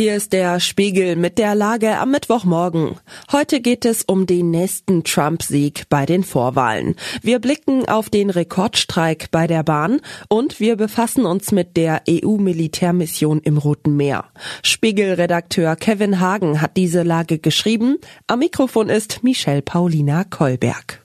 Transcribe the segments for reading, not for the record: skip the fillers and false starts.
Hier ist der Spiegel mit der Lage am Mittwochmorgen. Heute geht es um den nächsten Trump-Sieg bei den Vorwahlen. Wir blicken auf den Rekordstreik bei der Bahn und wir befassen uns mit der EU-Militärmission im Roten Meer. Spiegel-Redakteur Kevin Hagen hat diese Lage geschrieben. Am Mikrofon ist Michelle Paulina Kolberg.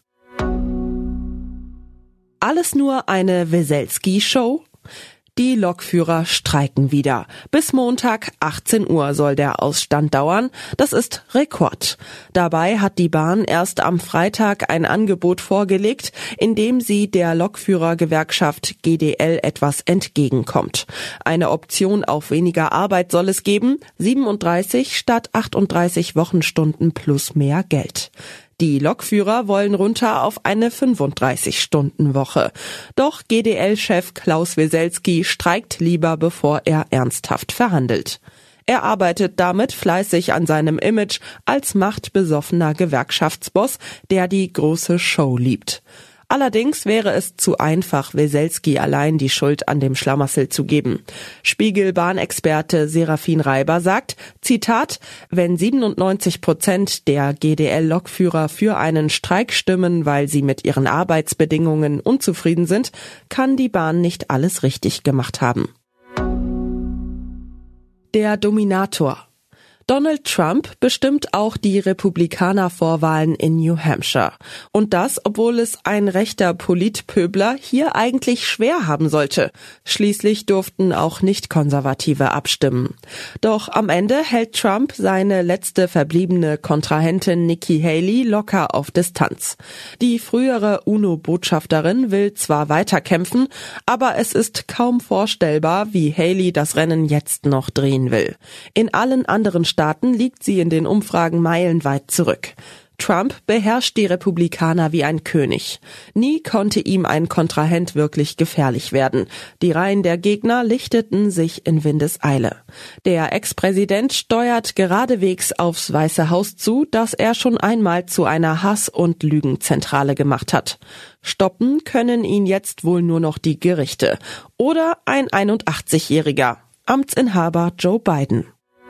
Alles nur eine Weselski-Show? Die Lokführer streiken wieder. Bis Montag 18 Uhr soll der Ausstand dauern. Das ist Rekord. Dabei hat die Bahn erst am Freitag ein Angebot vorgelegt, in dem sie der Lokführergewerkschaft GDL etwas entgegenkommt. Eine Option auf weniger Arbeit soll es geben, 37 statt 38 Wochenstunden plus mehr Geld. Die Lokführer wollen runter auf eine 35-Stunden-Woche. Doch GDL-Chef Klaus Weselski streikt lieber, bevor er ernsthaft verhandelt. Er arbeitet damit fleißig an seinem Image als machtbesoffener Gewerkschaftsboss, der die große Show liebt. Allerdings wäre es zu einfach, Weselski allein die Schuld an dem Schlamassel zu geben. Spiegel-Bahnexperte Serafin Reiber sagt, Zitat, wenn 97% der GDL-Lokführer für einen Streik stimmen, weil sie mit ihren Arbeitsbedingungen unzufrieden sind, kann die Bahn nicht alles richtig gemacht haben. Der Dominator. Donald Trump bestimmt auch die Republikaner-Vorwahlen in New Hampshire. Und das, obwohl es ein rechter Politpöbler hier eigentlich schwer haben sollte. Schließlich durften auch Nicht-Konservative abstimmen. Doch am Ende hält Trump seine letzte verbliebene Kontrahentin Nikki Haley locker auf Distanz. Die frühere UNO-Botschafterin will zwar weiterkämpfen, aber es ist kaum vorstellbar, wie Haley das Rennen jetzt noch drehen will. In allen anderen Staaten liegt sie in den Umfragen meilenweit zurück. Trump beherrscht die Republikaner wie ein König. Nie konnte ihm ein Kontrahent wirklich gefährlich werden. Die Reihen der Gegner lichteten sich in Windeseile. Der Ex-Präsident steuert geradewegs aufs Weiße Haus zu, das er schon einmal zu einer Hass- und Lügenzentrale gemacht hat. Stoppen können ihn jetzt wohl nur noch die Gerichte. Oder ein 81-Jähriger, Amtsinhaber Joe Biden.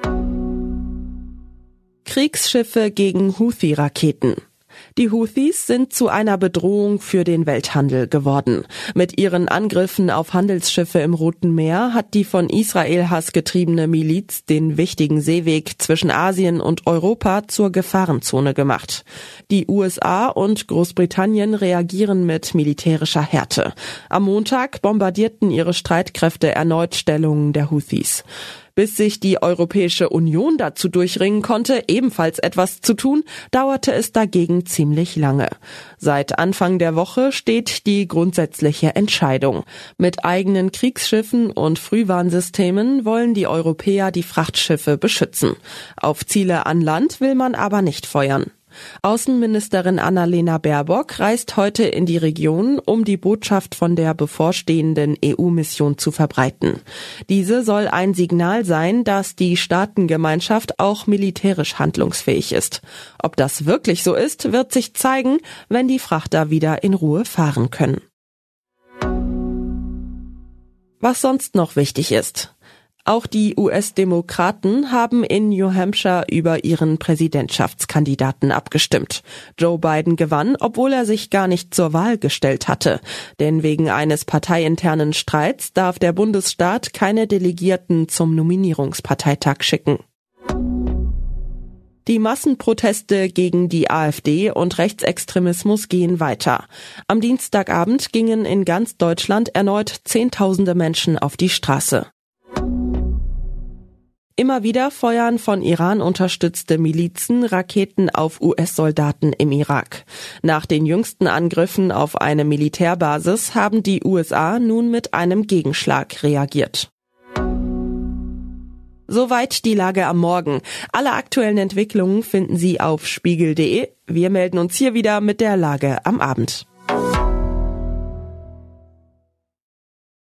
Kriegsschiffe gegen Houthi-Raketen. Die Houthis sind zu einer Bedrohung für den Welthandel geworden. Mit ihren Angriffen auf Handelsschiffe im Roten Meer hat die von Israel-Hass getriebene Miliz den wichtigen Seeweg zwischen Asien und Europa zur Gefahrenzone gemacht. Die USA und Großbritannien reagieren mit militärischer Härte. Am Montag bombardierten ihre Streitkräfte erneut Stellungen der Houthis. Bis sich die Europäische Union dazu durchringen konnte, ebenfalls etwas zu tun, dauerte es dagegen ziemlich lange. Seit Anfang der Woche steht die grundsätzliche Entscheidung. Mit eigenen Kriegsschiffen und Frühwarnsystemen wollen die Europäer die Frachtschiffe beschützen. Auf Ziele an Land will man aber nicht feuern. Außenministerin Annalena Baerbock reist heute in die Region, um die Botschaft von der bevorstehenden EU-Mission zu verbreiten. Diese soll ein Signal sein, dass die Staatengemeinschaft auch militärisch handlungsfähig ist. Ob das wirklich so ist, wird sich zeigen, wenn die Frachter wieder in Ruhe fahren können. Was sonst noch wichtig ist: Auch die US-Demokraten haben in New Hampshire über ihren Präsidentschaftskandidaten abgestimmt. Joe Biden gewann, obwohl er sich gar nicht zur Wahl gestellt hatte. Denn wegen eines parteiinternen Streits darf der Bundesstaat keine Delegierten zum Nominierungsparteitag schicken. Die Massenproteste gegen die AfD und Rechtsextremismus gehen weiter. Am Dienstagabend gingen in ganz Deutschland erneut Zehntausende Menschen auf die Straße. Immer wieder feuern von Iran unterstützte Milizen Raketen auf US-Soldaten im Irak. Nach den jüngsten Angriffen auf eine Militärbasis haben die USA nun mit einem Gegenschlag reagiert. Soweit die Lage am Morgen. Alle aktuellen Entwicklungen finden Sie auf spiegel.de. Wir melden uns hier wieder mit der Lage am Abend.